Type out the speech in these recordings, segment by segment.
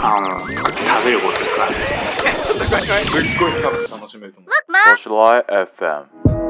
食べることですからね。 すっごい多分楽しめると思う。 こしらえ FM。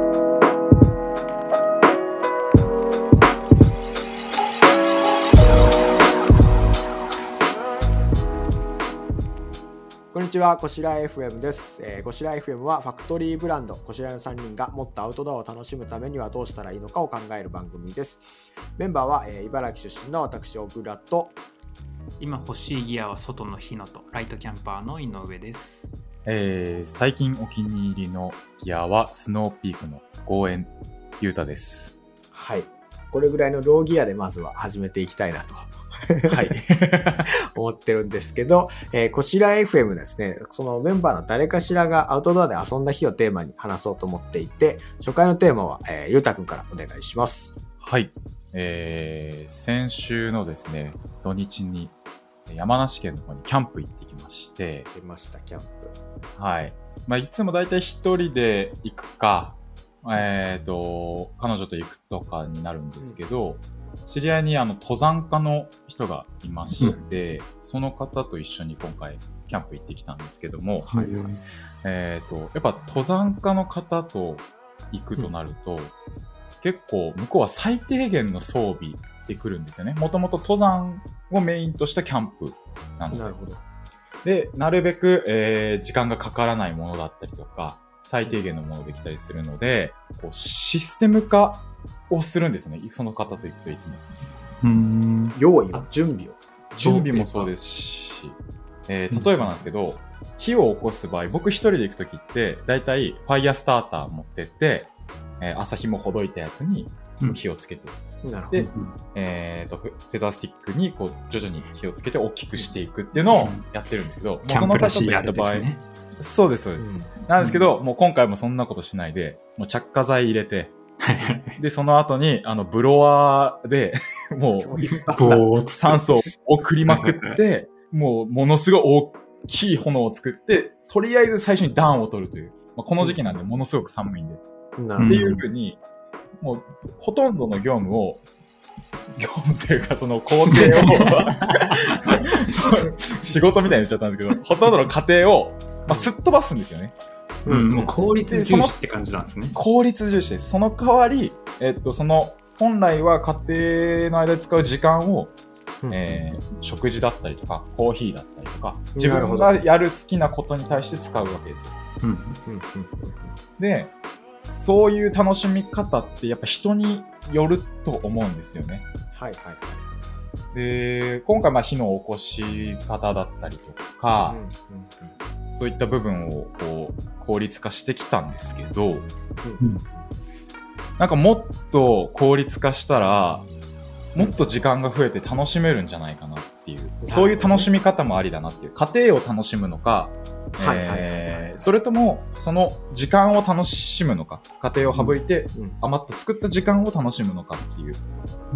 こんにちは、こしらえ FM です。こしらえ FM はファクトリーブランドこしらえの3人がもっとアウトドアを楽しむためにはどうしたらいいのかを考える番組です。メンバーは、茨城出身の私小倉と、 今欲しいギアは外の日野とライトキャンパーの井上です。 最近お気に入りのギアはスノーピークのゴーエンユータです。 はい、これぐらいのローギアでまずは始めていきたいなとはい思ってるんですけど、こしら FM ですね、そのメンバーの誰かしらがアウトドアで遊んだ日をテーマに話そうと思っていて、初回のテーマは、ゆうたくんからお願いします。 はい、先週のですね土日に山梨県の方にキャンプ行ってきまして、 出ましたキャンプ。 はい、いつもだいたい一人で行くか、彼女と行くとかになるんですけど、知り合いに登山家の人がいまして、その方と一緒に今回キャンプ行ってきたんですけども、 はいやっぱ登山家の方と行くとなると、結構向こうは最低限の装備で来るんですよね。もともと登山をメインとしたキャンプなので。 なるほど。 で、なるべく、時間がかからないものだったりとか、最低限のものできたりするので、こうシステム化をするんですね。その方と行くといつも。 用意は準備もそうですし、例えばなんですけど、火を起こす場合、僕一人で行くときって、だいたいファイヤースターター持ってって、朝日もほどいたやつに火をつけて、 なるほど。 で、フェザースティックにこう徐々に火をつけて大きくしていくっていうのをやってるんですけど、もうその方と行った場合、そうです、そうです。なんですけど、もう今回もそんなことしないで、もう着火剤入れて、で、その後に、ブロワーで、もう、酸素を送りまくって、もう、ものすごい大きい炎を作って、とりあえず最初に暖を取るという。この時期なんで、ものすごく寒いんで。っていうふうに、もう、ほとんどの業務っていうか、その工程を、仕事みたいに言っちゃったんですけど、ほとんどの過程を、すっ飛ばすんですよね。 もう効率重視って感じなんですね。 効率重視です。その代わり、その本来は家庭の間で使う時間を、食事だったりとかコーヒーだったりとか自分がやる好きなことに対して使うわけですよ。で、そういう楽しみ方ってやっぱ人によると思うんですよね。 はいはいはい。 で、今回火の起こし方だったりとか、そういった部分をこう効率化してきたんですけど、なんかもっと効率化したらもっと時間が増えて楽しめるんじゃないかなっていう、そういう楽しみ方もありだなっていう。家庭を楽しむのか、それともその時間を楽しむのか、家庭を省いて余った作った時間を楽しむのかっていう、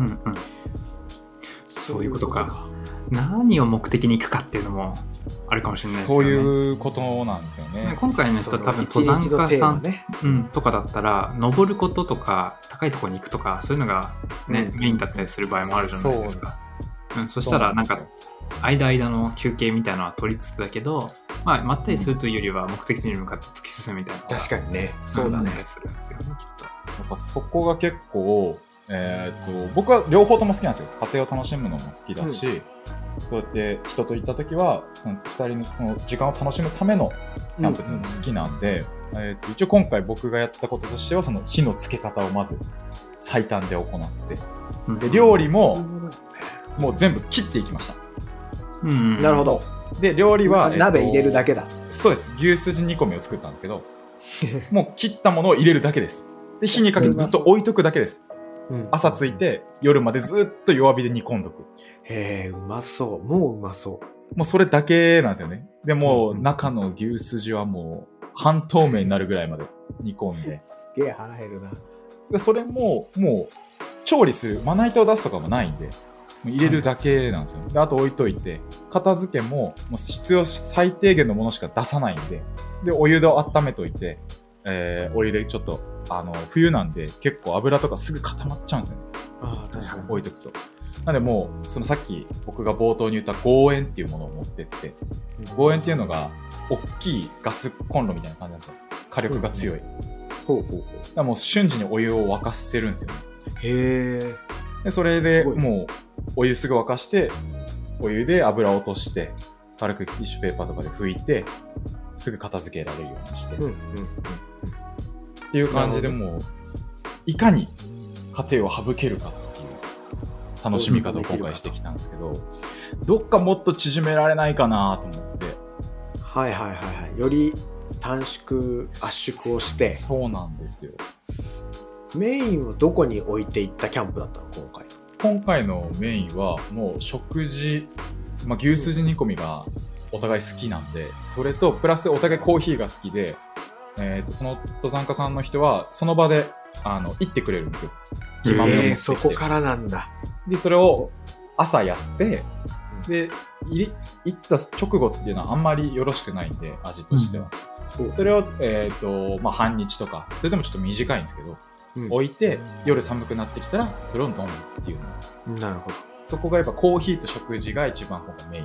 そういうことか。何を目的に行くかっていうのもあるかもしれないですよね。 そういうことなんですよね。 今回の人は多分登山家さん、とかだったら登ることとか高いところに行くとかそういうのが、メインだったりする場合もあるじゃないですか。そしたらなんか間の休憩みたいなのは取りつつだけど、まったりするというよりは目的地に向かって突き進むみたいな。 確かにね。そうだね。 するんですよね、きっと。 やっぱそこが結構僕は両方とも好きなんですよ。家庭を楽しむのも好きだし、そうやって人と行った時はその2人のその時間を楽しむためのキャンプっていうのも好きなんで、一応今回僕がやったこととしてはその火のつけ方をまず最短で行って、で料理ももう全部切っていきました。 なるほど。 で料理は、 鍋入れるだけだ。 そうです。牛すじ煮込みを作ったんですけどもう切ったものを入れるだけです。で火にかけてずっと置いとくだけです。朝ついて夜までずっと弱火で煮込んどく。 へえ、うまそう。もううまそう。 もうそれだけなんですよね。でも、中の牛すじはもう半透明になるぐらいまで煮込んで。 すげえ腹減るな。 でそれももう調理するまな板を出すとかもないんで、もう入れるだけなんですよ。であと置いといて、片付けももう必要最低限のものしか出さないんで、でお湯で温めといて、お湯でちょっと冬なんで結構油とかすぐ固まっちゃうんですよね。 確かに。 置いとくと。 なんでもうそのさっき僕が冒頭に言った合塩っていうものを持ってって、合塩っていうのが大きいガスコンロみたいな感じなんですよ。火力が強い。 ほうほうほう。 だからもう瞬時にお湯を沸かせるんですよね。 へー。 でそれでもうお湯すぐ沸かして、お湯で油を落として、軽くティッシュペーパーとかで拭いて、すぐ片付けられるようにして、っていう感じでもういかに家庭を省けるかっていう楽しみ方を今回してきたんですけど、どっかもっと縮められないかなと思って。 はいはいはいはい。より短縮圧縮をして。 そうなんですよ。 メインをどこに置いていったキャンプだったの今回のメインはもう食事、牛すじ煮込みがお互い好きなんで、それとプラスお互いコーヒーが好きで、その登山家さんの人はその場で行ってくれるんですよ。 そこからなんだ。 でそれを朝やって、で行った直後っていうのはあんまりよろしくないんで、味としては、それを、半日とか、それでもちょっと短いんですけど、置いて夜寒くなってきたらそれを飲むっていうの。 なるほど。 そこがやっぱコーヒーと食事が一番メイ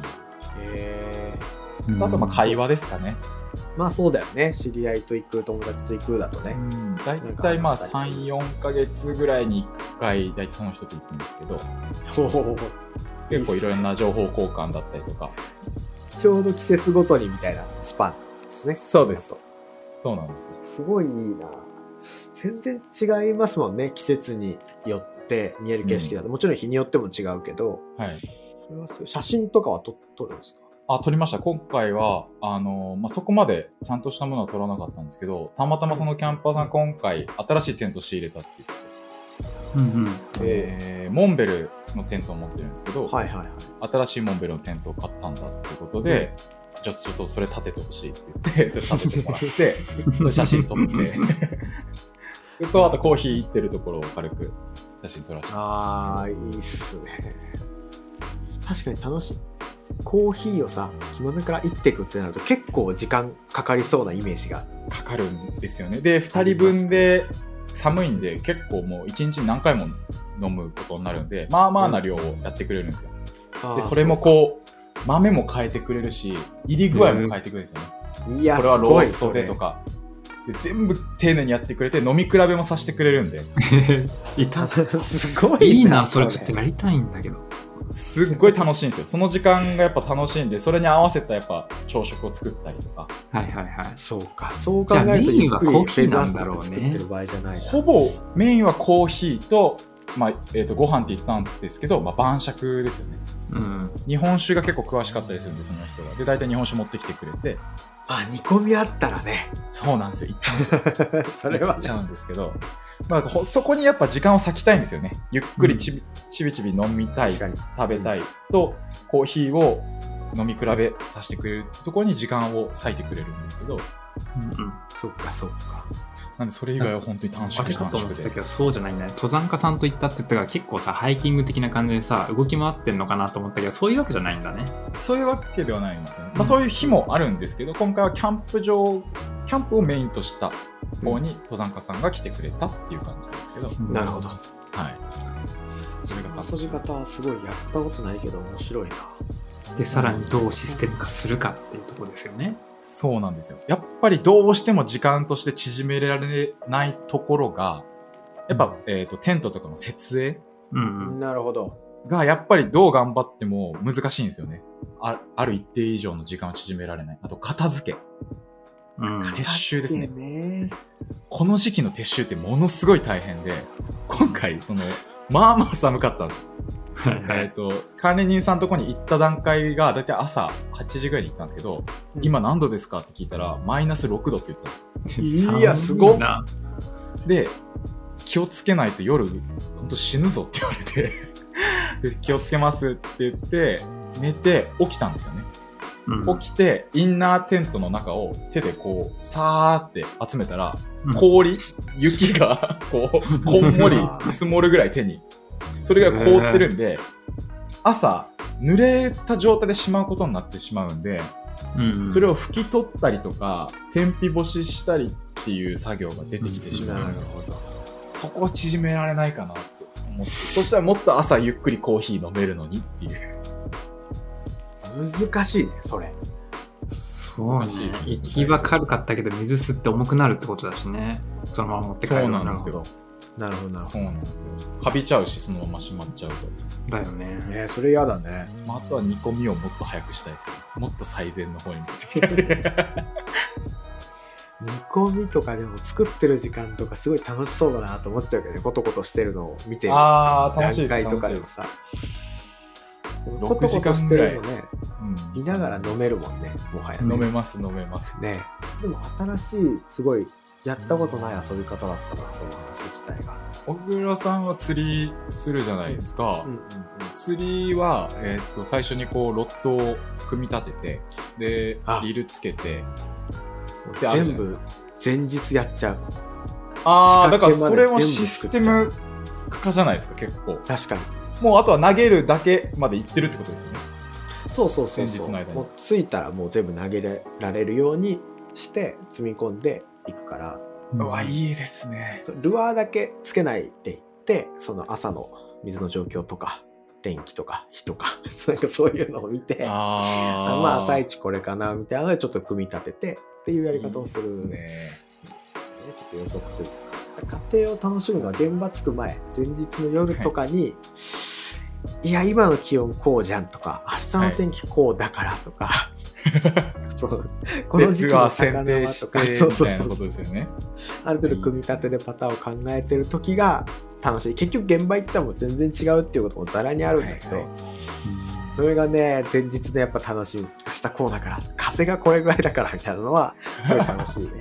ン。あと会話ですかね。 まあそうだよね。知り合いと行く、友達と行くだとね。 だいたい3、4ヶ月ぐらいに1回だいたいその人と行くんですけど、結構いろんな情報交換だったりとか。 ちょうど季節ごとにみたいなスパンですね。 そうです。そうなんです。 すごいいいな。全然違いますもんね。季節によって見える景色だと、もちろん日によっても違うけど、 はい。 写真とかは撮るんですか？ 撮りました。今回はそこまでちゃんとしたものは撮らなかったんですけど、たまたまそのキャンパーさん今回新しいテント仕入れたっていうことで、モンベルのテントを持ってるんですけど、新しいモンベルのテントを買ったんだっていうことで、ちょっとそれ立ててほしいって言って、それ立ててもらって、それ写真撮って、あとコーヒー行ってるところを軽く写真撮らせてもらいました。 いいっすね。確かに楽しい。コーヒーをさ、着物から行っていくってなると結構時間かかりそうなイメージがかかるんですよね。で、2人分で寒いんで結構もう1日に何回も飲むことになるんで、まあまあな量をやってくれるんですよ。で、それも豆も変えてくれるし、入り具合も変えてくれるんですよね。 いや、 これはローストでとかで全部丁寧にやってくれて、飲み比べもさせてくれるんですごいいいな。それちょっとやりたいんだけど、 すっごい楽しいんですよ。その時間がやっぱ楽しいんで、それに合わせたやっぱ朝食を作ったりとか。 そうか、そう考えるとゆっくりフェザースティック作ってる場合じゃない。 ほぼメインはコーヒーと、ご飯って言ったんですけど、晩酌ですよね。日本酒が結構詳しかったりするんで、その人が。で、大体日本酒持ってきてくれて。 煮込みあったらね。 そうなんですよ。いっちゃうんですよ。 それは、 いっちゃうんですけど、そこにやっぱ時間を割きたいんですよね。ゆっくりちびちび飲みたい、食べたいと、コーヒーを飲み比べさせてくれるってところに時間を割いてくれるんですけど。 そっかそっか。 なんでそれ以外は本当に短縮で。 そうじゃないんだね。登山家さんと行ったって言ったから結構さ、ハイキング的な感じでさ、動き回ってんのかなと思ったけど、そういうわけじゃないんだね。 そういうわけではないんですよね。そういう日もあるんですけど、今回はキャンプをメインとした方に登山家さんが来てくれたっていう感じなんですけど。 なるほど。 はい。 それが遊び方はすごいやったことないけど面白いな。 で、さらにどうシステム化するかっていうところですよね。 そうなんですよ。やっぱりどうしても時間として縮められないところが、やっぱ、テントとかの設営、 なるほど。 がやっぱりどう頑張っても難しいんですよね。ある一定以上の時間を縮められない。あと片付け。撤収ですね。この時期の撤収ってものすごい大変で、今回まあまあ寒かったんですよ。管理人さんのとこに行った段階がだいたい朝8時ぐらいに行ったんですけど、今何度ですかって聞いたらマイナス6度って言ってたんですよ。 いや、すごっ。 で、気をつけないと夜本当死ぬぞって言われてで、気をつけますって言って寝て起きたんですよね。起きてインナーテントの中を手でさーって集めたら、雪がこんもり積もるぐらい手にそれが凍ってるんで、朝濡れた状態でしまうことになってしまうんで、それを拭き取ったりとか天日干ししたりっていう作業が出てきてしまうんですよ。そこを縮められないかなってそしたらもっと朝ゆっくりコーヒー飲めるのにっていう。 難しいね、それ。 そうね。行きは軽かったけど水吸って重くなるってことだしね。そのまま持って帰る。 そうなんですよ。 なるほど。 そうなんですよ。カビちゃうし、そのまま閉まっちゃうと。 だよね。 それ嫌だね。 あとは煮込みをもっと早くしたいですね。もっと最善の方に持ってきたい。 煮込みとかでも作ってる時間とかすごい楽しそうだなと思っちゃうけどね、コトコトしてるのを見てる楽しい段階とかでもさ、コト 6時コト間ぐらいしてるのね、見ながら飲めるもんね、もはやね。 飲めますね。 でも新しい、すごいやったことない遊び方だったな、その話自体が。 小倉さんは釣りするじゃないですか。釣りは、最初にこうロッドを組み立てて、でリールつけて、で全部前日やっちゃう。 だからそれもシステム化じゃないですか、結構。 確かに。 もうあとは投げるだけまでいってるってことですよね。 そう。 前日の間にもう着いたらもう全部投げられるようにして積み込んでいくから。 うわ、いいですね。 ルアーだけつけないでいって、その朝の水の状況とか、天気とか火とか、なんかそういうのを見て、まあ朝一これかなみたいなのでちょっと組み立ててっていうやり方をする。 いいですね。 ちょっと予測というか、家庭を楽しむのは現場着く前、前日の夜とかに、いや、今の気温こうじゃんとか、明日の天気こうだからとか、この時期の魚はとか、 そうみたいなことですよね。 ある程度組み立てでパターンを考えてる時が楽しい。結局現場行ったらもう全然違うっていうこともざらにあるんだけど、それがね、前日でやっぱ楽しい。明日こうだから、風がこれぐらいだからみたいなのは、すごい楽しいね。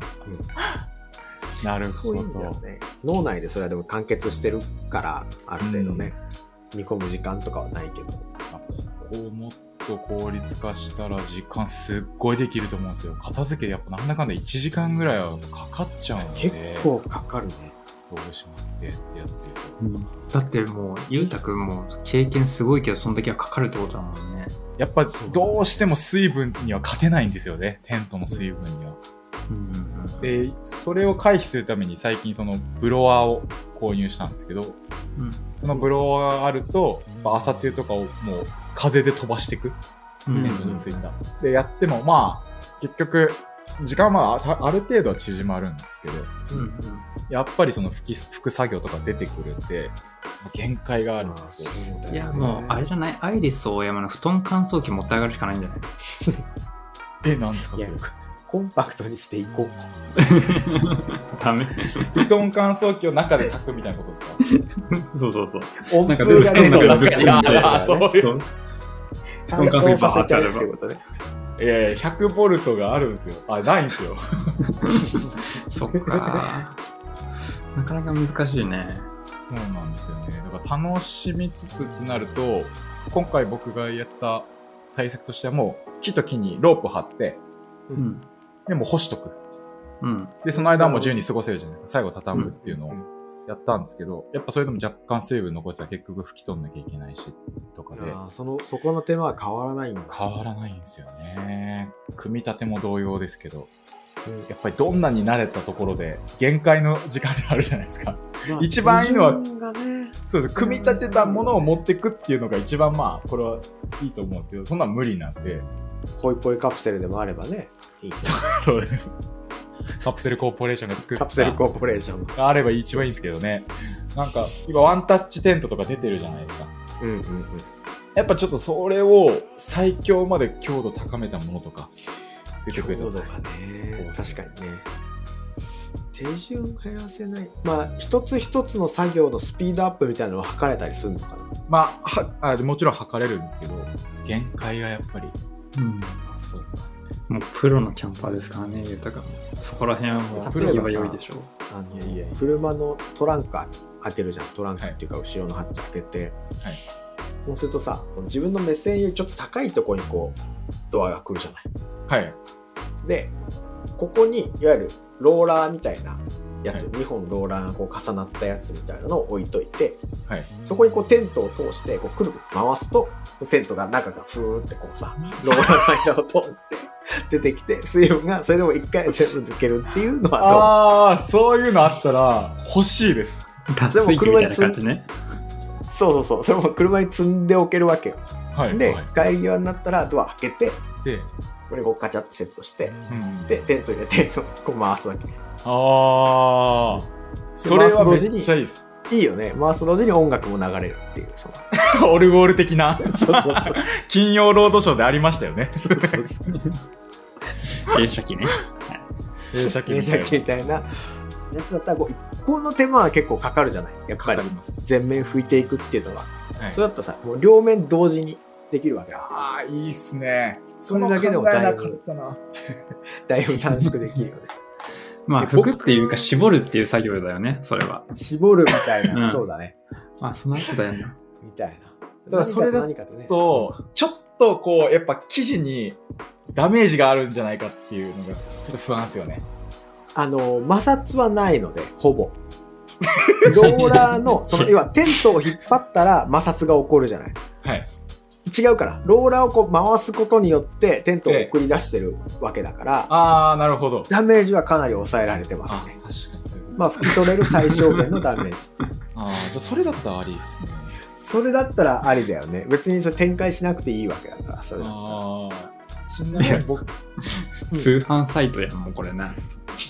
なるほど。 そういう意味だよね。脳内でそれはでも完結してるから、ある程度ね、煮込む時間とかはないけど。ここをもっと効率化したら時間すっごいできると思うんですよ。片付けやっぱなんだかんだ1時間ぐらいはかかっちゃうので。 結構かかるね。 どうしまってってやってると。だってもう、ゆうたくんも経験すごいけど、その時はかかるってことだもんね。 やっぱどうしても水分には勝てないんですよね。テントの水分には。でそれを回避するために最近そのブロワーを購入したんですけど、そのブロワーがあると朝露とかをもう風で飛ばしていく、テントについたでやってもまあ結局時間はある程度は縮まるんですけど、やっぱりその拭く作業とか出てくるんで限界があるんですよ。 いやもうあれじゃない、アイリス大山の布団乾燥機持って上がるしかないんじゃないなんですかそれ。 コンパクトにしていこう。 ダメ。 布団乾燥機を中で炊くみたいなことですか？ そう。 温風が出てるわけだ。そういう。 布団乾燥機バーってやれば。 いやいや、100ボルトがあるんですよ。ないんですよ。 そっか。なかなか難しいね。 そうなんですよね。だから楽しみつつってなると、今回僕がやった対策としてはもう木と木にロープ張って、でも干しとく。で、その間はもう自由に過ごせるじゃないですか。最後畳むっていうのをやったんですけど、やっぱそれでも若干水分残ってたら結局拭き取んなきゃいけないし、とかで。 そこの手間は変わらないんだ。 変わらないんですよね。組み立ても同様ですけど、やっぱりどんなに慣れたところで限界の時間であるじゃないですか。一番いいのは、そうです。組み立てたものを持ってくっていうのが一番これはいいと思うんですけど、そんな無理なんで。 ポイポイカプセルでもあればね、いい。 そうです。カプセルコーポレーションが作ったカプセルコーポレーションがあれば一番いいんですけどね。なんか今ワンタッチテントとか出てるじゃないですか。やっぱちょっとそれを最強まで強度高めたものとか出てくれたら確かにね。手順減らせない。一つ一つの作業のスピードアップみたいなのは測れたりするのかな。もちろん測れるんですけど、限界がやっぱり。 そうか。 もうプロのキャンパーですからね、豊かも。そこら辺はもうプロは良いでしょう。 車のトランク開けるじゃん。トランクっていうか後ろのハッチ開けて、そうするとさ、自分の目線よりちょっと高いところにこうドアが来るじゃない。で、ここにいわゆるローラーみたいなやつ、2本ローラーがこう重なったやつみたいなのを置いといて、そこにこうテントを通してこうくるくる回すと、テントが中がふーってこうさ、ローラーの間を通って出てきて、水分がそれでも一回全部抜けるっていうのはどう？ そういうのあったら欲しいです。 脱水機みたいな感じね。 そうそれも車に積んでおけるわけよ。で、 はい、 帰り際になったらドア開けて、 でこれこうカチャってセットして、でテント入れてこう回すわけ。 ああ、それはめっちゃいいです。 いいよね。回す同時に音楽も流れるっていう、そのオルゴール的なそう金曜ロードショーでありましたよね。 映写機ね。 映写機みたいなやつだったらこの手間は結構かかるじゃない。やっぱり全面拭いていくっていうのは、そうだったらさ、もう両面同時にできるわけだ。 ああ、いいっすね。 それだけでもだいぶ短縮できるよね。 まあ、拭くっていうか絞るっていう作業だよね、それは。 絞るみたいな、そうだね。 あ、その後だよね。 みたいな。 だからそれだと、ちょっとこう、やっぱ生地にダメージがあるんじゃないかっていうのが、ちょっと不安ですよね。 摩擦はないので、ほぼ。ローラーの、要はテントを引っ張ったら摩擦が起こるじゃない。 はい。 違うから、ローラーをこう回すことによってテントを送り出してるわけだから、 ああ、なるほど。 ダメージはかなり抑えられてますね。 確かにそういうこと。 まあ、拭き取れる最小限のダメージ。 ああ、じゃあそれだったらありですね。 それだったらありだよね。別にそれ展開しなくていいわけだから、それだったら。 ああ。ちなみに僕、 通販サイトやん、もうこれな。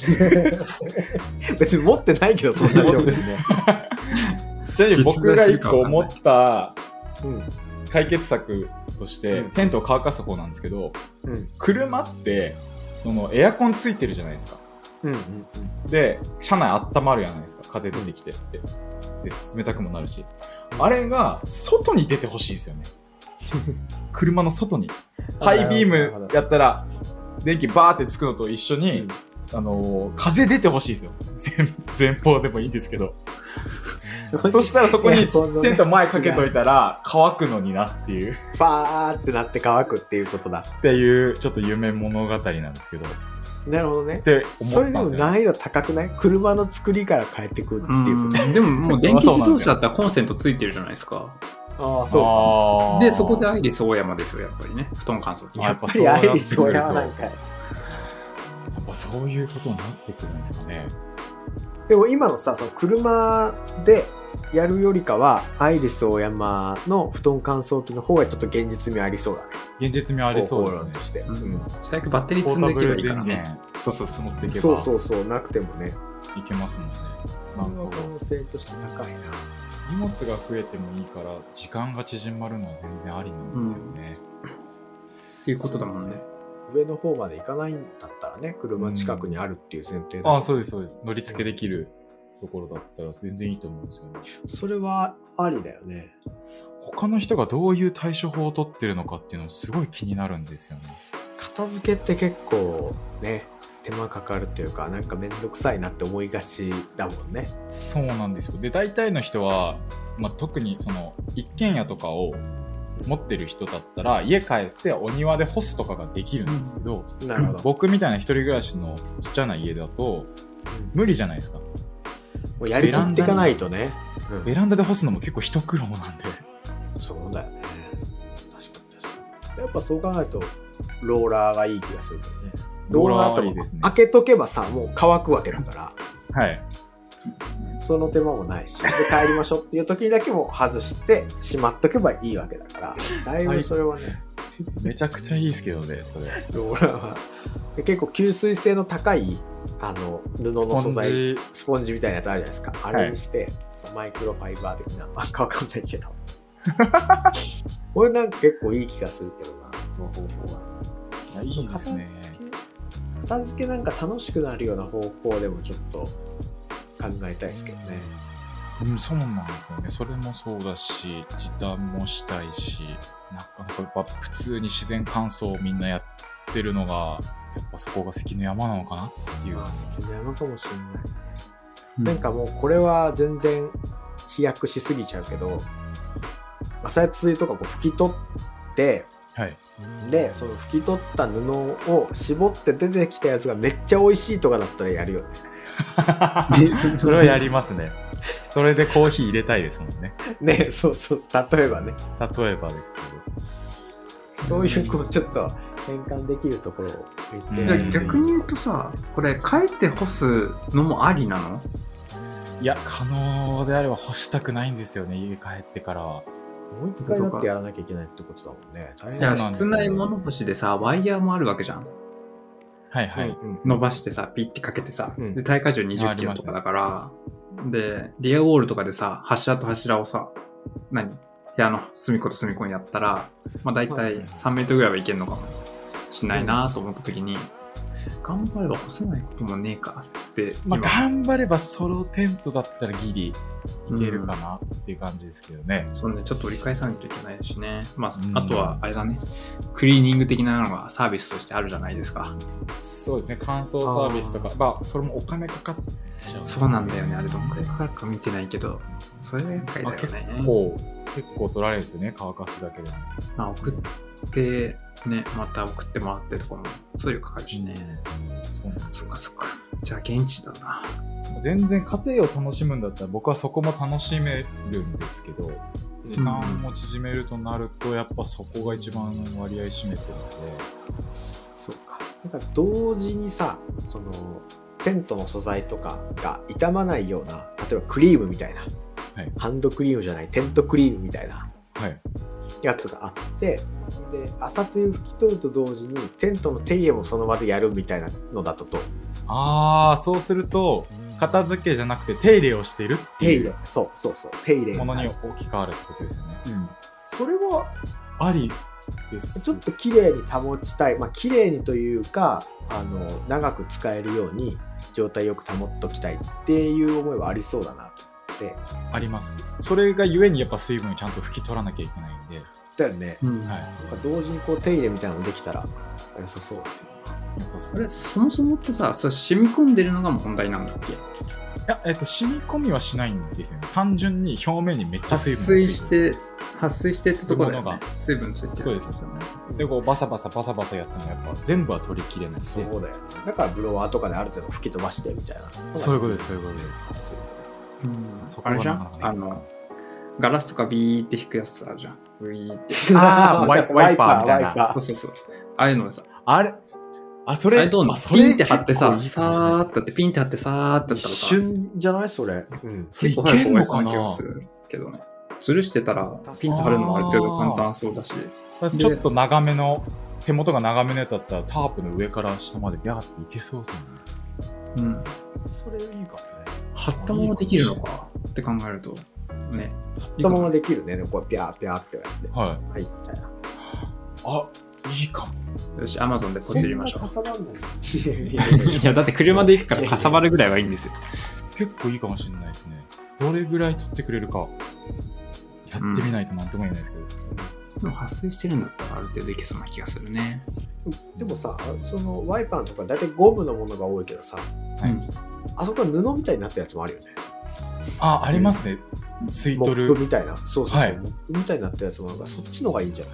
別に持ってないけど、そんな商品ね。 ちなみに僕が一個思った解決策として、テントを乾かす方なんですけど、車ってそのエアコンついてるじゃないですか。で、車内温まるじゃないですか。風出てきてって。で、冷たくもなるし。あれが外に出てほしいんですよね。車の外に。ハイビームやったら電気バーってつくのと一緒に、風出てほしいんですよ。前方でもいいんですけど。そしたらそこにテント前かけといたら乾くのになっていう。 ファーってなって乾くっていうことだ。 っていうちょっと夢物語なんですけど。 なるほどね。 って思ったんですよね。 それでも難易度高くない？車の作りから変えてくるっていうこと。 でももう電気自動車だったらコンセントついてるじゃないですか。 ああ、そう。 で、そこでアイリスオーヤマですよ、やっぱりね。布団乾燥機。 やっぱりアイリスオーヤマなんかい。 やっぱそういうことになってくるんですよね。 でも今のさ、その車でやるよりかはアイリスオーヤマの布団乾燥機の方がちょっと現実味ありそうだね。 現実味ありそうですね。 として。 最悪バッテリー積んでいけばいいからね。 そう持っていけば。 そうなくてもね。 いけますもんね。 その可能性として高いな。 荷物が増えてもいいから時間が縮まるのは全然ありなんですよね。 っていうことだもんね。 上の方まで行かないんだったらね、車近くにあるっていう前提だ、そうです。乗り付けできるところだったら全然いいと思うんですよね。 それはありだよね。 他の人がどういう対処法を取ってるのかっていうのすごい気になるんですよね。 片付けって結構ね、手間かかるっていうか、なんかめんどくさいなって思いがちだもんね。 そうなんですよ。で、大体の人は、特にその一軒家とかを持ってる人だったら家帰ってお庭で干すとかができるんですけど、 なるほど。 僕みたいな一人暮らしのちっちゃな家だと無理じゃないですか。 もうやりきっていかないとね。 ベランダで干すのも結構一苦労なんで。 そうだよね。確かに。やっぱそう考えるとローラーがいい気がするけどね。ローラーとも開けとけばさ、もう乾くわけだから。 はい。 その手間もないし、で帰りましょうっていう時にだけも外してしまっとけばいいわけだから、だいぶそれはね、 めちゃくちゃいいですけどね、それ。 ローラーは結構吸水性の高い布の素材、スポンジみたいなやつあるじゃないですか。あれにして、マイクロファイバー的な、わかんないけど。これなんか結構いい気がするけどな、その方法は。 いいですね。 片付けなんか楽しくなるような方向でもちょっと考えたいですけどね。 そうなんですよね。それもそうだし、時短もしたいし、なかなかやっぱ普通に自然乾燥をみんなやってるのが、やっぱそこが関の山なのかなっていう。 関の山かもしれない。なんかもうこれは全然飛躍しすぎちゃうけど、朝露とかこう拭き取って、 はい。 で、その拭き取った布を絞って出てきたやつがめっちゃ美味しいとかだったらやるよね。 それはやりますね。それでコーヒー入れたいですもんね。 ね、そう例えばね。 例えばですけど。そういうこうちょっと変換できるところを見つける。逆に言うとさ、これ帰って干すのもありなの？ いや、可能であれば干したくないんですよね、家帰ってから。 もう一回だってやらなきゃいけないってことだもんね。 いや、室内物干しでさ、ワイヤーもあるわけじゃん。 はいはい。 伸ばしてさ、ピッてかけてさ、で、耐荷重20キロとかだから、で、リアウォールとかでさ、柱と柱をさ、部屋の隅っこと隅っこにやったら、まあ大体3メートルぐらいはいけんのかもしないなと思った時に、頑張れば干せないこともねえかって。 まあ頑張ればソロテントだったらギリいけるかなっていう感じですけどね。 そうね、ちょっと折り返さないといけないしね。まあ、あとはあれだね、クリーニング的なのがサービスとしてあるじゃないですか。 そうですね、乾燥サービスとか、まあそれもお金かかっちゃう。 そうなんだよね、あれどんくらいかかるか見てないけど、それが厄介だよね。 結構取られるんですよね、乾かすだけでも。 まあ送ってね、また送ってもらってとかもそういうかかるしね。 そうなんです。 そっかそっか。じゃあ現地だな。 全然家庭を楽しむんだったら僕はそこも楽しめるんですけど、時間も縮めるとなるとやっぱそこが一番割合占めてるので。 そうか。なんか同時にさ、そのテントの素材とかが傷まないような、例えばクリームみたいな、はい、ハンドクリームじゃないテントクリームみたいなやつがあって、で朝露拭き取ると同時にテントの手入れもその場でやるみたいなのだとそうすると片付けじゃなくて手入れをしているっていう、 そう手入れものに置き換わるってことですよね。それはありです。 ちょっと綺麗に保ちたい、まあ綺麗にというか長く使えるように状態よく保っときたいっていう思いはありそうだなと思って。 あります。それがゆえにやっぱ水分をちゃんと拭き取らなきゃいけないんで。 だよね。 はい。 同時にこう手入れみたいなのできたら良さそうだね。 それそもそもってさ、それ染み込んでるのが問題なんだっけ？ いや、染み込みはしないんですよね。単純に表面にめっちゃ水分がついて撥水してってところだよね。水分ついてる。 そうです。で、こうバサバサやってもやっぱ全部は取りきれないんで。 そうだよね。だからブロワーとかである程度吹き飛ばしてみたいな。 そういうことです、そういうことです。 そこあれじゃん？ガラスとかビーって引くやつあるじゃん。ビーって。 ワイパーみたいな。 そう。ああいうのでさ。 それどうなの？ピンって貼ってさ、さーってやってピンって貼ってさーってやったらさ。 一瞬じゃないそれ。 それいけんのかな？ けどね。吊るしてたらピンと貼るのもある程度簡単そうだし。 ちょっと長めの、手元が長めのやつだったらタープの上から下までビャーっていけそうですよね。それいいかもね。 貼ったままできるのかって考えると。ね。 貼ったままできるね。こうピャーピャーってやって。 はい。 みたいな。 いいかも。 よし、Amazon でポチりましょう。 かさばんない。 いや、だって車で行くからかさばるぐらいはいいんですよ。 結構いいかもしれないですね。どれぐらい取ってくれるか、やってみないとなんとも言えないですけど。 でも撥水してるんだったらある程度いけそうな気がするね。 でもさ、そのワイパーとか大体ゴムのものが多いけどさ、あそこは布みたいになったやつもあるよね。 ありますね。吸い取る。 モップみたいな。そう、モップみたいになったやつもなんかそっちの方がいいんじゃない？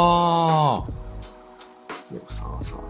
でもさ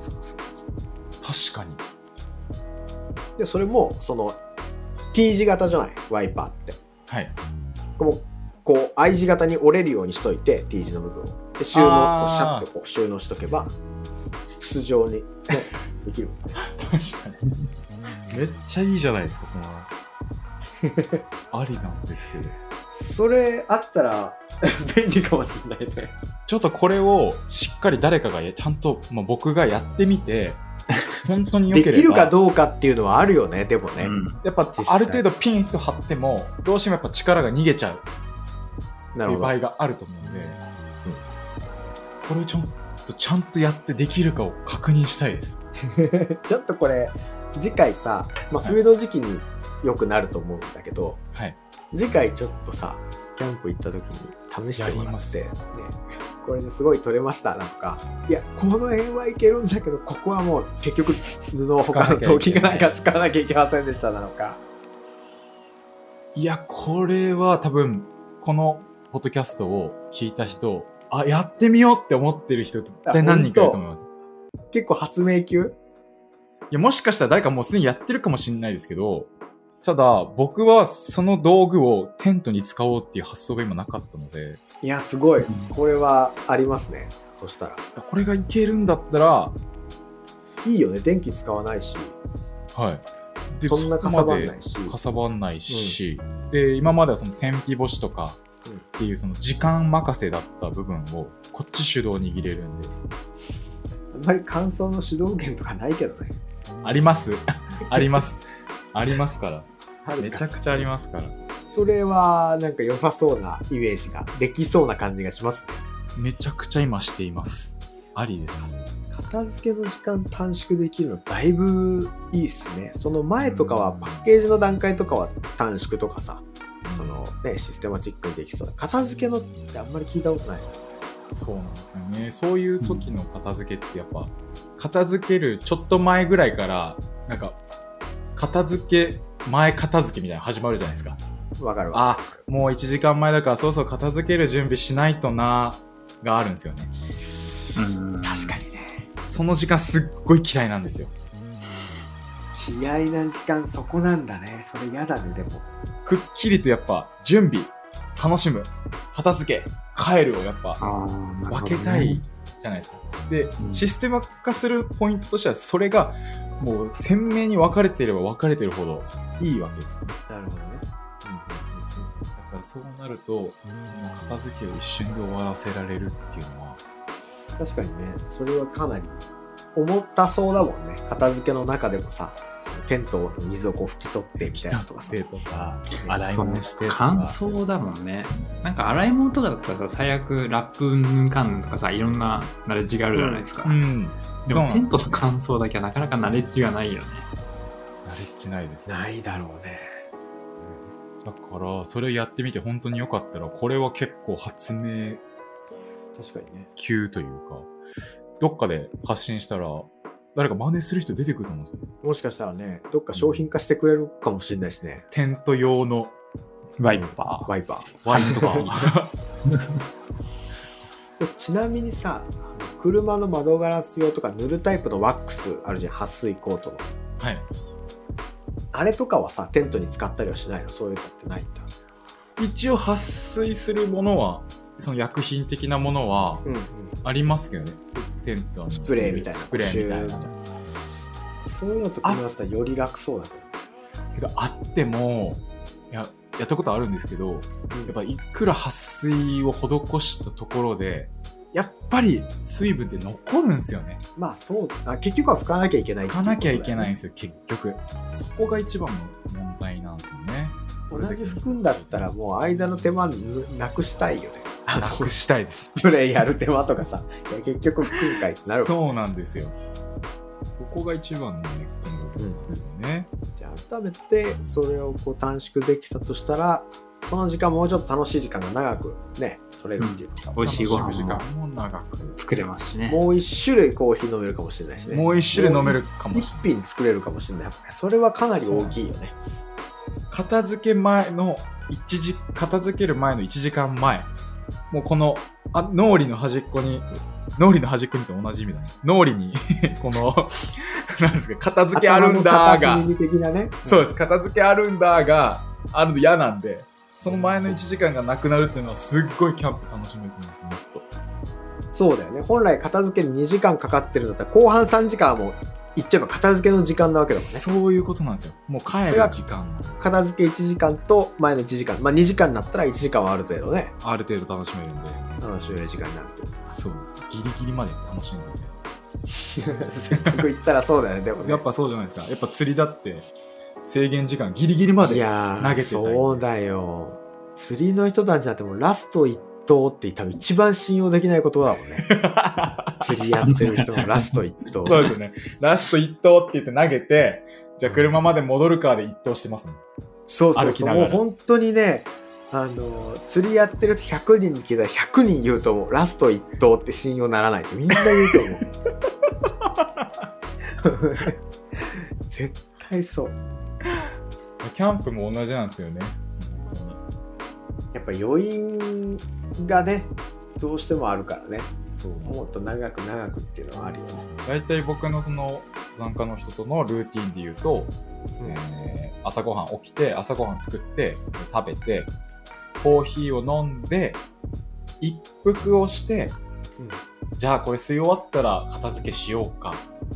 確かに。 でそれもその T 字型じゃないワイパーって。 はい。 こう I 字型に折れるようにしといて T 字の部分をで収納こうシャッとこう収納しとけば筒状に、できる。 確かに。めっちゃいいじゃないですかその。ありなんですけど。 それあったら便利かもしれないね。 ちょっとこれをしっかり誰かがちゃんと、僕がやってみて本当に良ければできるかどうかっていうのはあるよね。でもね、 やっぱある程度ピンと張ってもどうしてもやっぱ力が逃げちゃうっていう場合があると思うんで、これをちゃんとやってできるかを確認したいです。 ちょっとこれ次回さ、冬の時期によくなると思うんだけど、次回ちょっとさキャンプ行った時に試してもらって、これですごい取れましたなんか、いやこの辺はいけるんだけどここはもう結局布を他の陶器がなんか使わなきゃいけませんでしたなのか。 いやこれは多分このポッドキャストを聞いた人、やってみようって思ってる人って何人かいると思います。 結構発明級？ いやもしかしたら誰かもうすでにやってるかもしれないですけど、ただ僕はその道具をテントに使おうっていう発想が今なかったので。 いやすごい、これはありますね。そしたらこれがいけるんだったらいいよね。電気使わないし、 でそんなかさばんないし。 かさばんないし、で、今まではその天日干しとかっていうその時間任せだった部分をこっち主導握れるんで。 あんまり乾燥の主導権とかないけどね。 ありますあります。ありますから。 めめちゃくちゃありますから。 それはなんか良さそうなイメージができそうな感じがしますね。 めちゃくちゃ今しています。ありです。 片付けの時間短縮できるのだいぶいいっすね。その前とかはパッケージの段階とかは短縮とかさ、そのね、システマチックにできそうな。片付けのってあんまり聞いたことないですね。 そうなんですよね。そういう時の片付けってやっぱ、片付けるちょっと前ぐらいから、なんか、片付け、前片付けみたいなの始まるじゃないですか。 わかるわ。 もう1時間前だからそろそろ片付ける準備しないとながあるんですよね。 確かにね。 その時間すっごい嫌いなんですよ。 嫌いな時間そこなんだね。それ嫌だね、でも。 くっきりとやっぱ準備、楽しむ、片付け、帰るをやっぱ分けたいじゃないですか。で、システム化するポイントとしてはそれがもう鮮明に分かれていれば分かれているほどいいわけですよね。 なるほどね。 だからそうなると、その片付けを一瞬で終わらせられるっていうのは確かにね、それはかなり重たそうだもんね。片付けの中でもさ、そのテントの水をこう拭き取ってみたいなとかさ、 洗い物してとか乾燥だもんね。なんか洗い物とかだったらさ、最悪ラップうんかんとかさ、いろんなナレッジがあるじゃないですか。でもテントの乾燥だけはなかなかナレッジがないよね。 ナレッジないですね。 ないだろうね。 だからそれをやってみて本当によかったら、これは結構発明確かにね。 級というか、どっかで発信したら誰か真似する人出てくると思うんですよ。 もしかしたらね、どっか商品化してくれるかもしれないですね。 テント用のワイパー。 ワイパー。 ワイパー。 ちなみにさ、車の窓ガラス用とか塗るタイプのワックスあるじゃん、撥水コートの。 はい。 あれとかはさ、テントに使ったりはしないの？そういうのってないんだ。 一応撥水するものは、その薬品的なものはありますけどね。テントのスプレーみたいな。 スプレーみたいな。 そういうのと組み合わせたらより楽そうだけど、あっても、やったことあるんですけど、やっぱいくら撥水を施したところで、やっぱり水分って残るんですよね。 まあそうだ。結局は拭かなきゃいけないっていうことだよね。 拭かなきゃいけないんですよ、結局。そこが一番の問題なんですよね。 同じ拭くんだったらもう間の手間なくしたいよね。 なくしたいです。 スプレーやる手間とかさ、いや結局拭くんかいってなる。 そうなんですよ。そこが一番のネックの部分ですよね。 じゃあ改めてそれをこう短縮できたとしたら、その時間もうちょっと楽しい時間が長くね取れるっていうか、 美味しいご飯時間も長く作れますしね。 もう一種類コーヒー飲めるかもしれないしね。 もう一種類飲めるかもしれない。 一品作れるかもしれない。それはかなり大きいよね。 片付け前の片付ける前の1時間前、もうこの脳裏の端っこにと同じ意味だね。脳裏にこのなんですか、片付けあるんだーが、 的なね、 そうです、片付けあるんだーがあるの嫌なんで、その前の1時間がなくなるっていうのはすっごいキャンプ楽しめると思うんですよ、もっと。 そうだよね。本来片付けに2時間かかってるんだったら、後半3時間はもう言っちゃえば片付けの時間なわけだもんね。 そういうことなんですよ。もう帰る時間なんです。 片付け1時間と前の1時間、まあ2時間になったら1時間はある程度ね、 ある程度楽しめるんで。 楽しめる時間になるってことです。 そうです。ギリギリまで楽しんでせっかく行ったらそうだよね、でもね。 やっぱそうじゃないですか。やっぱ釣りだって制限時間ギリギリまで投げてたり。 そうだよ。釣りの人たちだってもうラスト1投って多分一番信用できないことだもんね。釣りやってる人のラスト1投。 そうですよね。ラスト1投って言って投げて、じゃあ車まで戻るかで1投してますもん。 そうそうそう。もう本当にね、釣りやってると100人に聞いたら100人言うと思う。ラスト1投って信用ならないってみんな言うと思う。絶対そう。 キャンプも同じなんですよね。 やっぱ余韻がね、どうしてもあるからね。 そう。 もっと長く長くっていうのはあるよね。 大体僕のその参加の人とのルーティンで言うと、朝ごはん起きて、朝ごはん作って食べて、コーヒーを飲んで一服をして、じゃあこれ吸い終わったら片付けしようか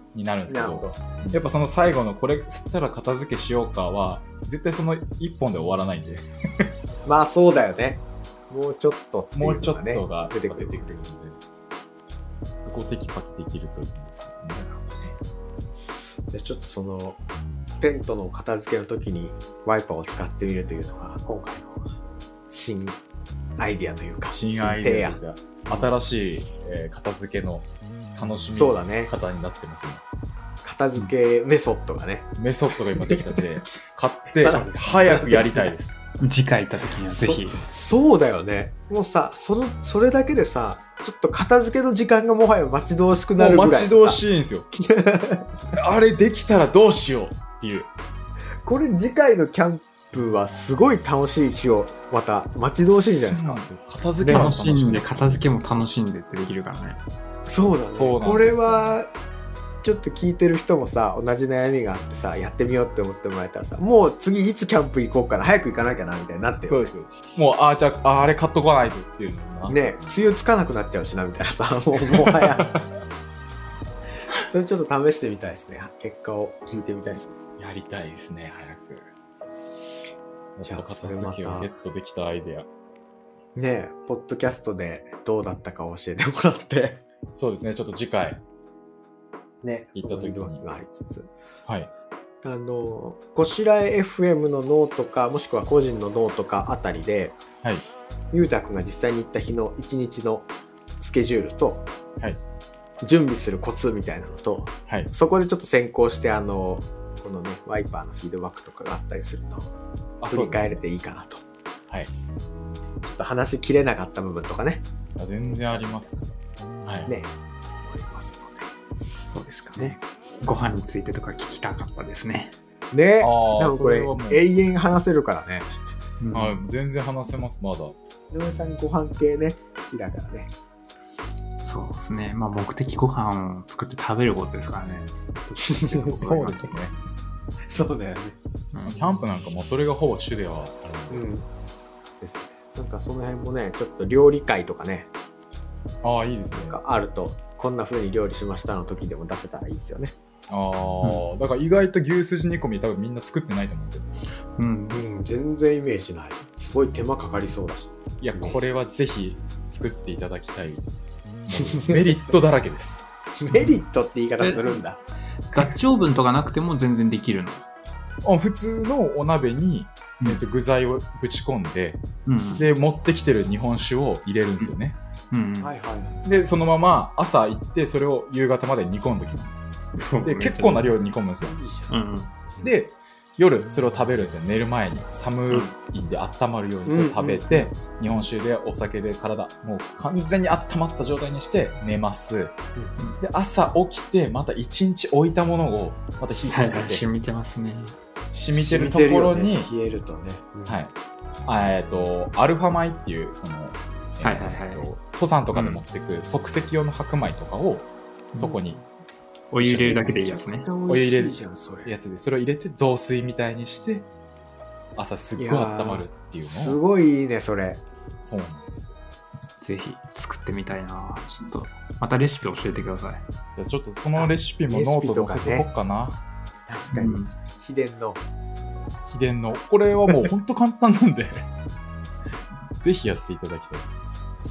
になるんですけど、 なるほど。 やっぱその最後のこれ吸ったら片付けしようかは絶対その1本で終わらないんでまあそうだよね。もうちょっとっていうもうちょのがねっとが出てくるんで、そこをテキパキできるといいんですけどね。 じゃあちょっとそのテントの片付けの時にワイパーを使ってみるというのが今回の新アイディアというか新アイデア新提案。 新しい、片付けの楽しみそうだね方になってますね。 片付けメソッドがね。 メソッドが今できたんで買って早くやりたいです。 次回行った時にはぜひ。 そうだよね。もうさ、それだけでさ、ちょっと片付けの時間がもはや待ち遠しくなるぐらいのさ。 もう待ち遠しいんですよ。あれできたらどうしようっていう。 これ次回のキャンプはすごい楽しい日をまた待ち遠しいんじゃないですか。 片付けも楽しんで、片付けも楽しんでってできるからね。 そうだね。 そうなんですよこれはちょっと聞いてる人もさ、同じ悩みがあってさ、やってみようって思ってもらえたらさ、もう次いつキャンプ行こうかな、早く行かなきゃなみたいになってるそうですよ。もうじゃああれ買っとかないとっていうのがね、梅雨つかなくなっちゃうしなみたいなさ、もはやそれちょっと試してみたいですね。結果を聞いてみたいですね。 やりたいですね、早く。 じゃあ片付けをゲットできたアイデア。 ねえ、ポッドキャストでどうだったか教えてもらってそうですね、ちょっと次回ね、 行った時にその動きがありつつ、 はい。 こしらえ FM のノートか、もしくは個人のノートかあたりで、 はい。 ゆうたくんが実際に行った日の1日のスケジュールと、 はい。 準備するコツみたいなのと、 はい。 そこでちょっと先行してこのね、ワイパーのフィードバックとかがあったりすると、振り返れていいかなと。 はい。 ちょっと話しきれなかった部分とかね、 全然ありますね。はい。 ね、思いますので。 そうですかね。ご飯についてとか聞きたかったですね。 ね、 ああ、 多分これそれはもう、 永遠話せるからね。 うんはい、全然話せます、まだ。 井上さんご飯系ね、好きだからね。 そうですね。まあ目的ご飯を作って食べることですからね。 そうですね。 そうだよね。 うんキャンプなんかもうそれがほぼ主ではあるので。 ですね。なんかその辺もね、ちょっと料理会とかね、 ああ、いいですね。 なんかあると、こんな風に料理しましたの時でも出せたらいいですよね。 ああ、だから意外と牛すじ煮込み多分みんな作ってないと思うんですよ。 うん。 全然イメージない。すごい手間かかりそうだし。 いや、これはぜひ作っていただきたい。メリットだらけです。 メリットって言い方するんだ。 ダッチオーブンとかなくても全然できるの。 普通のお鍋に、具材をぶち込んで、 うん。 で、持ってきてる日本酒を入れるんですよね。 うん。 はいはい。 で、そのまま朝行って、それを夕方まで煮込んでおきます。で、結構な量煮込むんですよ。 いいじゃ。 うんん。 で、夜それを食べるんですよ。寝る前に寒いんで温まるようにそれを食べて、日本酒でお酒で体もう完全に温まった状態にして寝ます。で、朝起きてまた1日置いたものをまた火はいはい。 かけて、 染みてますね。 染みてるところに、 冷えるとね。 はい、アルファ米っていうその、 はいはいはい登山とかで持ってく即席用の白米とかをそこにお湯入れるだけでいいやつね。 お湯入れるじゃん、それ。 やつで、それを入れて雑炊みたいにして朝すっごい温まるっていうすのを。 ごいいいね、それ。 そうなんですよ。 ぜひ作ってみたいな。ちょっと、またレシピ教えてください。 じゃあちょっとそのレシピもノート載せておこうかな。 確かに。秘伝の。 秘伝の。これはもうほんと簡単なんでぜひやっていただきたいです。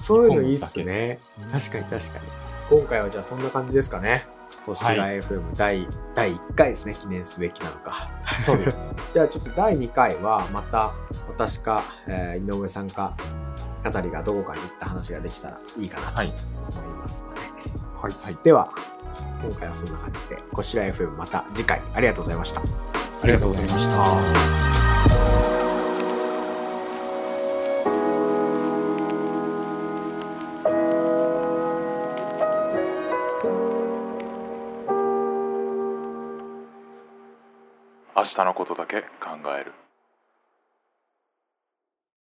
そういうのいいっすね。確かに確かに。今回はじゃあそんな感じですかね。こしら FM 第1回ですね。記念すべきなのか。 そうですね。 じゃあちょっと第2回はまた私か、井上さんかあたりがどこかに行った話ができたらいいかなと思いますので、はい、では今回はそんな感じでこしら FM また次回ありがとうございました。 ありがとうございました。 明日のことだけ考える。